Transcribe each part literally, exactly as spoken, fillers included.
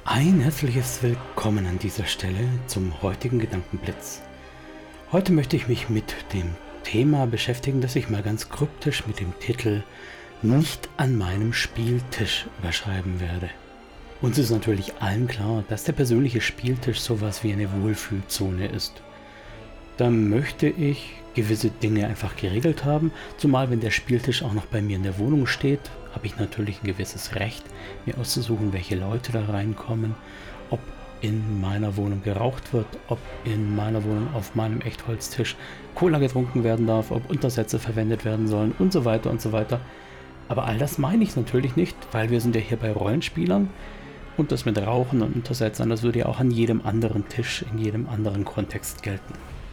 Ein herzliches Willkommen an dieser Stelle zum heutigen Gedankenblitz. Heute möchte ich mich mit dem Thema beschäftigen, das ich mal ganz kryptisch mit dem Titel "Nicht an meinem Spieltisch" überschreiben werde. Uns ist natürlich allen klar, dass der persönliche Spieltisch sowas wie eine Wohlfühlzone ist. Da möchte ich gewisse Dinge einfach geregelt haben, zumal wenn der Spieltisch auch noch bei mir in der Wohnung steht, habe ich natürlich ein gewisses Recht, mir auszusuchen, welche Leute da reinkommen, ob in meiner Wohnung geraucht wird, ob in meiner Wohnung auf meinem Echtholztisch Cola getrunken werden darf, ob Untersätze verwendet werden sollen und so weiter und so weiter. Aber all das meine ich natürlich nicht, weil wir sind ja hier bei Rollenspielern und das mit Rauchen und Untersätzen, das würde ja auch an jedem anderen Tisch, in jedem anderen Kontext gelten.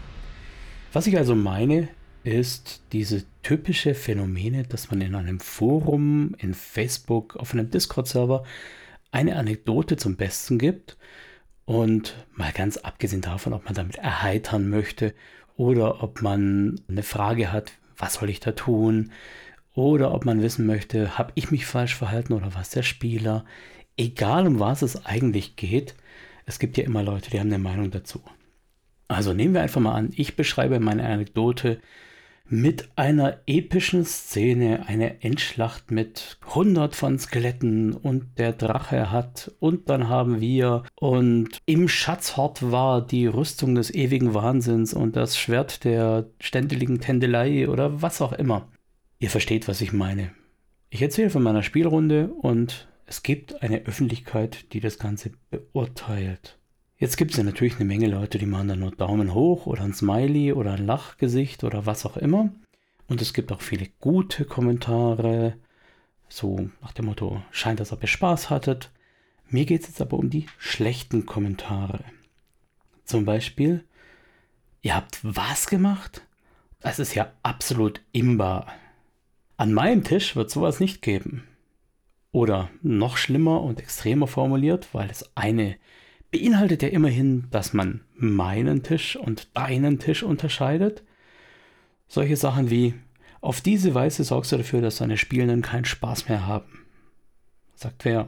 Was ich also meine, ist diese typische Phänomene, dass man in einem Forum, in Facebook, auf einem Discord-Server eine Anekdote zum Besten gibt und mal ganz abgesehen davon, ob man damit erheitern möchte oder ob man eine Frage hat, was soll ich da tun, oder ob man wissen möchte, habe ich mich falsch verhalten oder was der Spieler, egal um was es eigentlich geht, es gibt ja immer Leute, die haben eine Meinung dazu. Also nehmen wir einfach mal an, ich beschreibe meine Anekdote mit einer epischen Szene, eine Endschlacht mit hundert von Skeletten und der Drache hat und dann haben wir und im Schatzhort war die Rüstung des ewigen Wahnsinns und das Schwert der ständeligen Tändelei oder was auch immer. Ihr versteht, was ich meine. Ich erzähle von meiner Spielrunde und es gibt eine Öffentlichkeit, die das Ganze beurteilt. Jetzt gibt es ja natürlich eine Menge Leute, die machen dann nur Daumen hoch oder ein Smiley oder ein Lachgesicht oder was auch immer. Und es gibt auch viele gute Kommentare, so nach dem Motto, scheint, als ob ihr Spaß hattet. Mir geht es jetzt aber um die schlechten Kommentare. Zum Beispiel, ihr habt was gemacht? Das ist ja absolut imbar. An meinem Tisch wird sowas nicht geben. Oder noch schlimmer und extremer formuliert, weil es eine beinhaltet ja immerhin, dass man meinen Tisch und deinen Tisch unterscheidet. Solche Sachen wie, auf diese Weise sorgst du dafür, dass deine Spielenden keinen Spaß mehr haben. Sagt wer?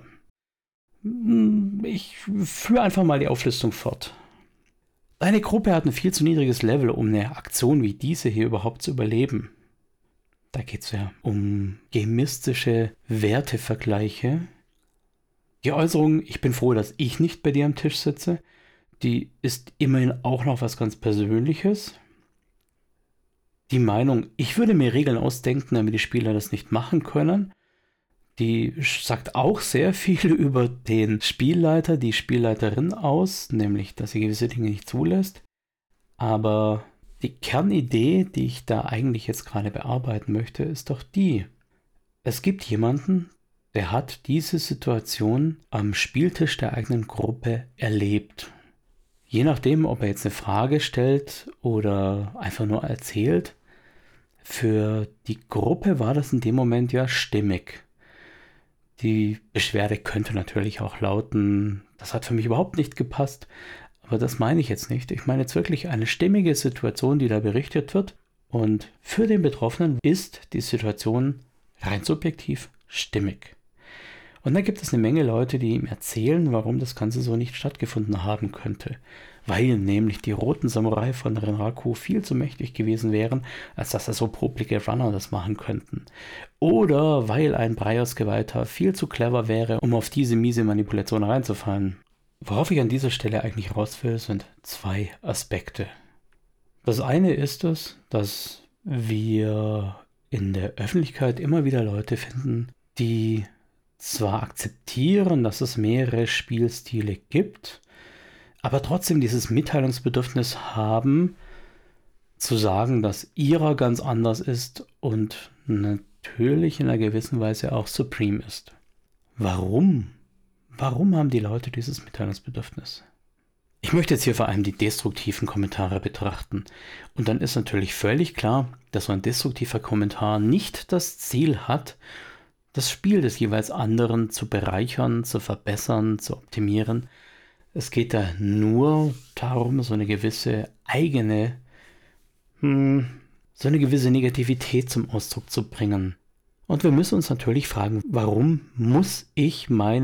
Ich führe einfach mal die Auflistung fort. Deine Gruppe hat ein viel zu niedriges Level, um eine Aktion wie diese hier überhaupt zu überleben. Da geht es ja um gemistische Wertevergleiche. Die Äußerung, ich bin froh, dass ich nicht bei dir am Tisch sitze, die ist immerhin auch noch was ganz Persönliches. Die Meinung, ich würde mir Regeln ausdenken, damit die Spieler das nicht machen können, die sagt auch sehr viel über den Spielleiter, die Spielleiterin aus, nämlich, dass sie gewisse Dinge nicht zulässt. Aber die Kernidee, die ich da eigentlich jetzt gerade bearbeiten möchte, ist doch die. Es gibt jemanden, der hat diese Situation am Spieltisch der eigenen Gruppe erlebt. Je nachdem, ob er jetzt eine Frage stellt oder einfach nur erzählt, für die Gruppe war das in dem Moment ja stimmig. Die Beschwerde könnte natürlich auch lauten, das hat für mich überhaupt nicht gepasst, aber das meine ich jetzt nicht. Ich meine jetzt wirklich eine stimmige Situation, die da berichtet wird, und für den Betroffenen ist die Situation rein subjektiv stimmig. Und dann gibt es eine Menge Leute, die ihm erzählen, warum das Ganze so nicht stattgefunden haben könnte. Weil nämlich die roten Samurai von Renraku viel zu mächtig gewesen wären, als dass er so poplige Runner das machen könnten. Oder weil ein Breios-Geweihter viel zu clever wäre, um auf diese miese Manipulation reinzufallen. Worauf ich an dieser Stelle eigentlich raus will, sind zwei Aspekte. Das eine ist es, dass wir in der Öffentlichkeit immer wieder Leute finden, die zwar akzeptieren, dass es mehrere Spielstile gibt, aber trotzdem dieses Mitteilungsbedürfnis haben, zu sagen, dass ihrer ganz anders ist und natürlich in einer gewissen Weise auch supreme ist. Warum? Warum haben die Leute dieses Mitteilungsbedürfnis? Ich möchte jetzt hier vor allem die destruktiven Kommentare betrachten. Und dann ist natürlich völlig klar, dass so ein destruktiver Kommentar nicht das Ziel hat, das Spiel des jeweils anderen zu bereichern, zu verbessern, zu optimieren. Es geht da nur darum, so eine gewisse eigene, hm, so eine gewisse Negativität zum Ausdruck zu bringen. Und wir müssen uns natürlich fragen, warum muss ich meine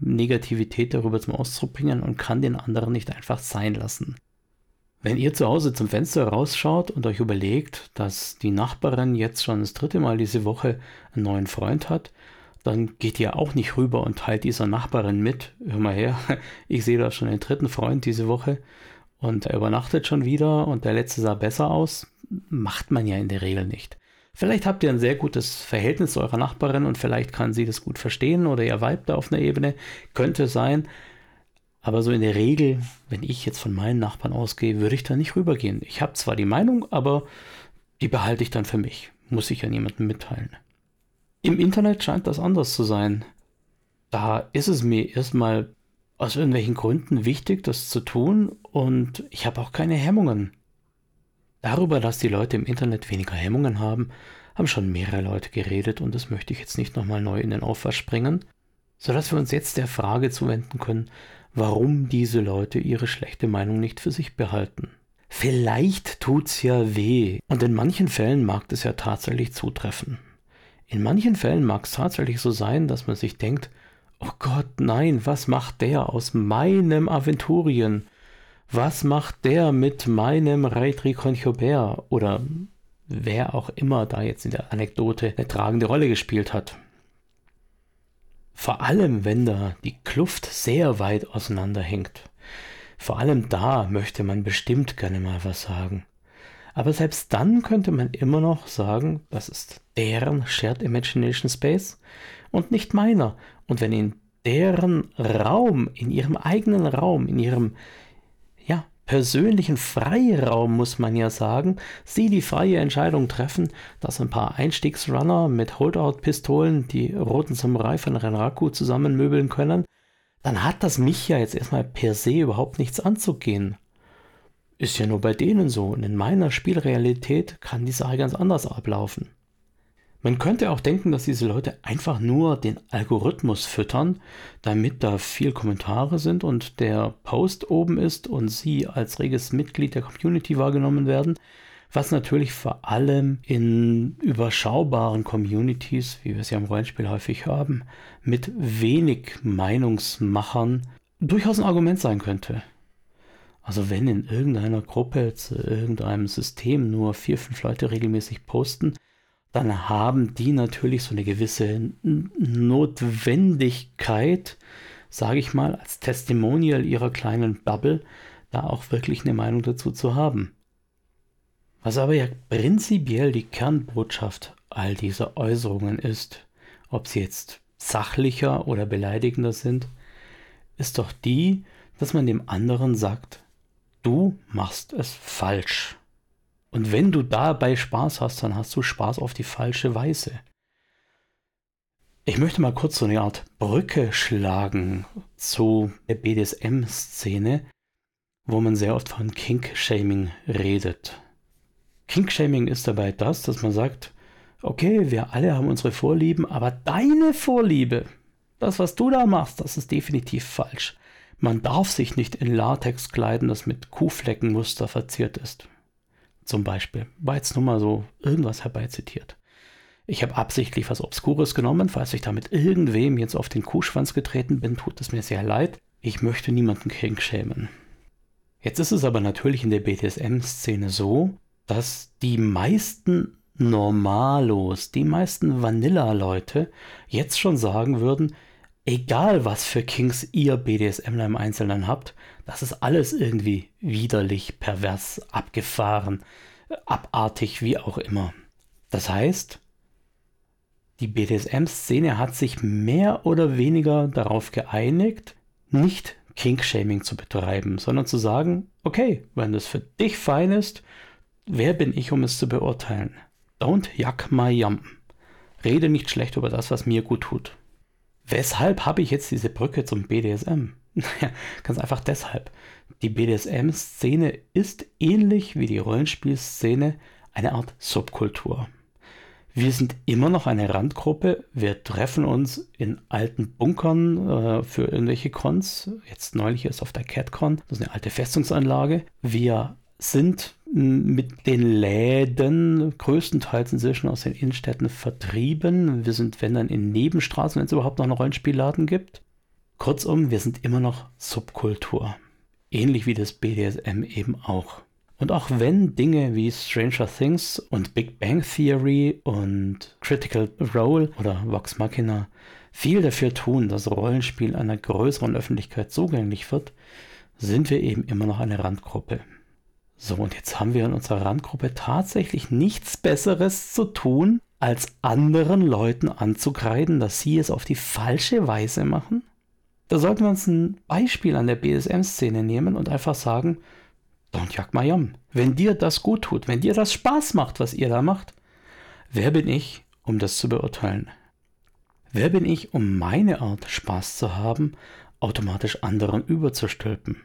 Negativität darüber zum Ausdruck bringen und kann den anderen nicht einfach sein lassen. Wenn ihr zu Hause zum Fenster rausschaut und euch überlegt, dass die Nachbarin jetzt schon das dritte Mal diese Woche einen neuen Freund hat, dann geht ihr auch nicht rüber und teilt dieser Nachbarin mit, hör mal her, ich sehe da schon den dritten Freund diese Woche und er übernachtet schon wieder und der letzte sah besser aus. Macht man ja in der Regel nicht. Vielleicht habt ihr ein sehr gutes Verhältnis zu eurer Nachbarin und vielleicht kann sie das gut verstehen oder ihr Vibe da auf einer Ebene, könnte sein. Aber so in der Regel, wenn ich jetzt von meinen Nachbarn ausgehe, würde ich da nicht rübergehen. Ich habe zwar die Meinung, aber die behalte ich dann für mich. Muss ich ja niemandem mitteilen. Im Internet scheint das anders zu sein. Da ist es mir erstmal aus irgendwelchen Gründen wichtig, das zu tun und ich habe auch keine Hemmungen. Darüber, dass die Leute im Internet weniger Hemmungen haben, haben schon mehrere Leute geredet und das möchte ich jetzt nicht nochmal neu in den Aufwasch bringen, sodass wir uns jetzt der Frage zuwenden können, warum diese Leute ihre schlechte Meinung nicht für sich behalten. Vielleicht tut's ja weh und in manchen Fällen mag das ja tatsächlich zutreffen. In manchen Fällen mag es tatsächlich so sein, dass man sich denkt, oh Gott, nein, was macht der aus meinem Aventurien? Was macht der mit meinem Reitri Conchobert? Oder wer auch immer da jetzt in der Anekdote eine tragende Rolle gespielt hat. Vor allem, wenn da die Kluft sehr weit auseinander hängt. Vor allem da möchte man bestimmt gerne mal was sagen. Aber selbst dann könnte man immer noch sagen, das ist deren Shared Imagination Space und nicht meiner. Und wenn in deren Raum, in ihrem eigenen Raum, in ihrem ja, persönlichen Freiraum, muss man ja sagen, sie die freie Entscheidung treffen, dass ein paar Einstiegsrunner mit Holdout-Pistolen die roten Samurai von Renraku zusammenmöbeln können, dann hat das mich ja jetzt erstmal per se überhaupt nichts anzugehen. Ist ja nur bei denen so und in meiner Spielrealität kann die Sache ganz anders ablaufen. Man könnte auch denken, dass diese Leute einfach nur den Algorithmus füttern, damit da viel Kommentare sind und der Post oben ist und sie als reges Mitglied der Community wahrgenommen werden, was natürlich vor allem in überschaubaren Communities, wie wir es ja im Rollenspiel häufig haben, mit wenig Meinungsmachern durchaus ein Argument sein könnte. Also wenn in irgendeiner Gruppe zu irgendeinem System nur vier, fünf Leute regelmäßig posten, dann haben die natürlich so eine gewisse Notwendigkeit, sage ich mal, als Testimonial ihrer kleinen Bubble, da auch wirklich eine Meinung dazu zu haben. Was aber ja prinzipiell die Kernbotschaft all dieser Äußerungen ist, ob sie jetzt sachlicher oder beleidigender sind, ist doch die, dass man dem anderen sagt, du machst es falsch. Und wenn du dabei Spaß hast, dann hast du Spaß auf die falsche Weise. Ich möchte mal kurz so eine Art Brücke schlagen zu der B D S M-Szene, wo man sehr oft von Kink-Shaming redet. Kink-Shaming ist dabei das, dass man sagt, okay, wir alle haben unsere Vorlieben, aber deine Vorliebe, das, was du da machst, das ist definitiv falsch. Man darf sich nicht in Latex kleiden, das mit Kuhfleckenmuster verziert ist. Zum Beispiel, war jetzt nur mal so irgendwas herbeizitiert. Ich habe absichtlich was Obskures genommen, falls ich damit irgendwem jetzt auf den Kuhschwanz getreten bin, tut es mir sehr leid. Ich möchte niemanden kink schämen. Jetzt ist es aber natürlich in der B D S M-Szene so, dass die meisten Normalos, die meisten Vanilla-Leute jetzt schon sagen würden, egal was für Kinks ihr B D S Mler im Einzelnen habt, das ist alles irgendwie widerlich, pervers, abgefahren, abartig, wie auch immer. Das heißt, die B D S M-Szene hat sich mehr oder weniger darauf geeinigt, nicht Kink-Shaming zu betreiben, sondern zu sagen, okay, wenn das für dich fein ist, wer bin ich, um es zu beurteilen? Don't yuck my yum. Rede nicht schlecht über das, was mir gut tut. Weshalb habe ich jetzt diese Brücke zum B D S M? Ganz einfach deshalb. Die B D S M-Szene ist ähnlich wie die Rollenspielszene eine Art Subkultur. Wir sind immer noch eine Randgruppe. Wir treffen uns in alten Bunkern äh, für irgendwelche Cons. Jetzt neulich ist auf der CatCon. Das ist eine alte Festungsanlage. Wir sind mit den Läden größtenteils inzwischen aus den Innenstädten vertrieben. Wir sind, wenn dann, in Nebenstraßen, wenn es überhaupt noch einen Rollenspielladen gibt. Kurzum, wir sind immer noch Subkultur. Ähnlich wie das B D S M eben auch. Und auch wenn Dinge wie Stranger Things und Big Bang Theory und Critical Role oder Vox Machina viel dafür tun, dass Rollenspiel einer größeren Öffentlichkeit zugänglich wird, sind wir eben immer noch eine Randgruppe. So, und jetzt haben wir in unserer Randgruppe tatsächlich nichts Besseres zu tun, als anderen Leuten anzukreiden, dass sie es auf die falsche Weise machen? Da sollten wir uns ein Beispiel an der B D S M-Szene nehmen und einfach sagen, don't yuck my yum. Wenn dir das gut tut, wenn dir das Spaß macht, was ihr da macht, wer bin ich, um das zu beurteilen? Wer bin ich, um meine Art Spaß zu haben, automatisch anderen überzustülpen?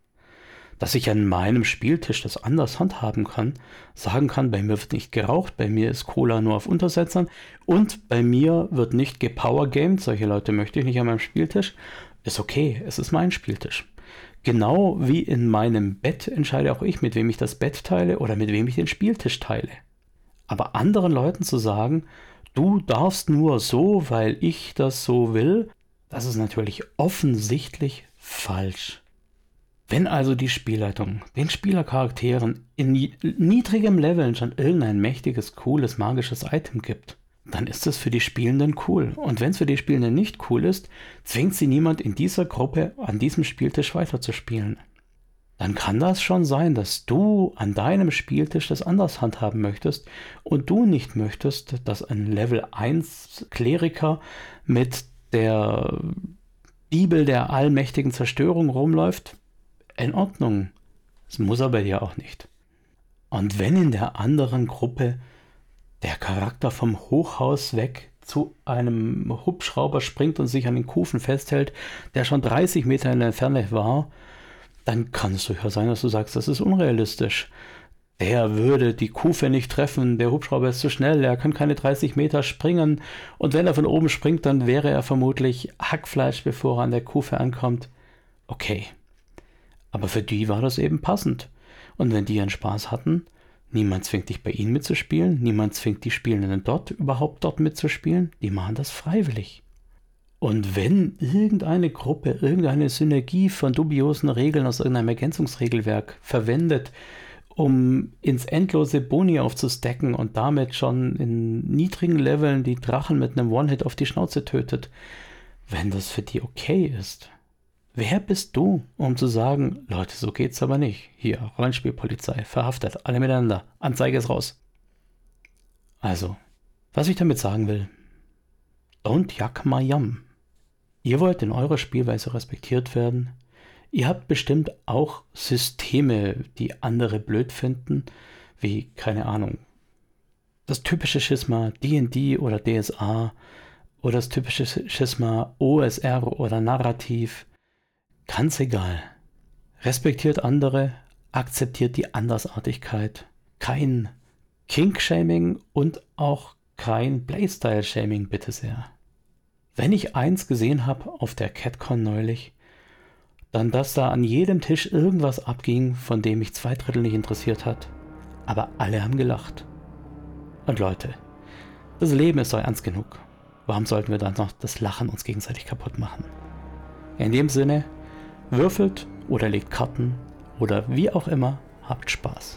Dass ich an meinem Spieltisch das anders handhaben kann, sagen kann, bei mir wird nicht geraucht, bei mir ist Cola nur auf Untersetzern und bei mir wird nicht gepowergamed, solche Leute möchte ich nicht an meinem Spieltisch, ist okay, es ist mein Spieltisch. Genau wie in meinem Bett entscheide auch ich, mit wem ich das Bett teile oder mit wem ich den Spieltisch teile. Aber anderen Leuten zu sagen, du darfst nur so, weil ich das so will, das ist natürlich offensichtlich falsch. Wenn also die Spielleitung den Spielercharakteren in niedrigem Level schon irgendein mächtiges, cooles, magisches Item gibt, dann ist es für die Spielenden cool. Und wenn es für die Spielenden nicht cool ist, zwingt sie niemand in dieser Gruppe an diesem Spieltisch weiterzuspielen. Dann kann das schon sein, dass du an deinem Spieltisch das anders handhaben möchtest und du nicht möchtest, dass ein Level eins Kleriker mit der Bibel der allmächtigen Zerstörung rumläuft. In Ordnung. Das muss er bei dir auch nicht. Und wenn in der anderen Gruppe der Charakter vom Hochhaus weg zu einem Hubschrauber springt und sich an den Kufen festhält, der schon dreißig Meter in der Ferne war, dann kann es durchaus sein, dass du sagst, das ist unrealistisch. Der würde die Kufe nicht treffen, der Hubschrauber ist zu schnell, er kann keine dreißig Meter springen und wenn er von oben springt, dann wäre er vermutlich Hackfleisch, bevor er an der Kufe ankommt. Okay. Aber für die war das eben passend. Und wenn die ihren Spaß hatten, niemand zwingt dich bei ihnen mitzuspielen, niemand zwingt die Spielenden dort überhaupt dort mitzuspielen, die machen das freiwillig. Und wenn irgendeine Gruppe irgendeine Synergie von dubiosen Regeln aus irgendeinem Ergänzungsregelwerk verwendet, um ins endlose Boni aufzustacken und damit schon in niedrigen Leveln die Drachen mit einem One-Hit auf die Schnauze tötet, wenn das für die okay ist, wer bist du, um zu sagen, Leute, so geht's aber nicht. Hier, Rollenspielpolizei, verhaftet, alle miteinander, Anzeige ist raus. Also, was ich damit sagen will, don't yuck my yum. Ihr wollt in eurer Spielweise respektiert werden. Ihr habt bestimmt auch Systeme, die andere blöd finden, wie, keine Ahnung, das typische Schisma D und D oder D S A oder das typische Schisma O S R oder Narrativ. Ganz egal. Respektiert andere, akzeptiert die Andersartigkeit. Kein Kink-Shaming und auch kein Playstyle-Shaming, bitte sehr. Wenn ich eins gesehen habe auf der CatCon neulich, dann dass da an jedem Tisch irgendwas abging, von dem mich zwei Drittel nicht interessiert hat. Aber alle haben gelacht. Und Leute, das Leben ist doch ernst genug. Warum sollten wir dann noch das Lachen uns gegenseitig kaputt machen? In dem Sinne, würfelt oder legt Karten oder wie auch immer, habt Spaß.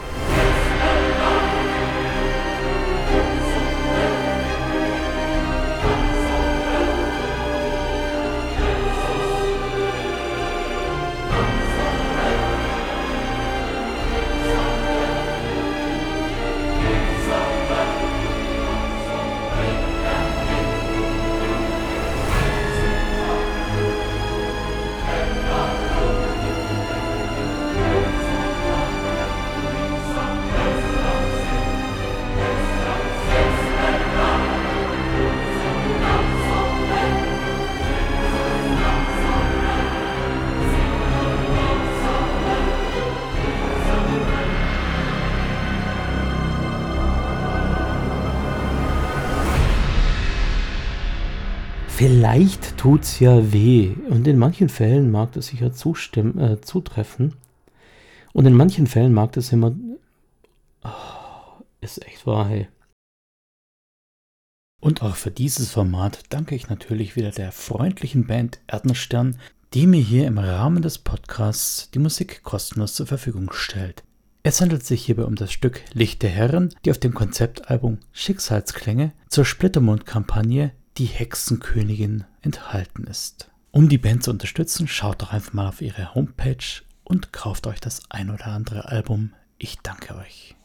Vielleicht tut's ja weh und in manchen Fällen mag das sicher zustimmen, äh, zutreffen und in manchen Fällen mag das immer, oh, ist echt wahr, hey. Und auch für dieses Format danke ich natürlich wieder der freundlichen Band Erdnerstern, die mir hier im Rahmen des Podcasts die Musik kostenlos zur Verfügung stellt. Es handelt sich hierbei um das Stück Licht der Herren, die auf dem Konzeptalbum Schicksalsklänge zur Splittermond-Kampagne Die Hexenkönigin enthalten ist. Um die Band zu unterstützen, schaut doch einfach mal auf ihre Homepage und kauft euch das ein oder andere Album. Ich danke euch.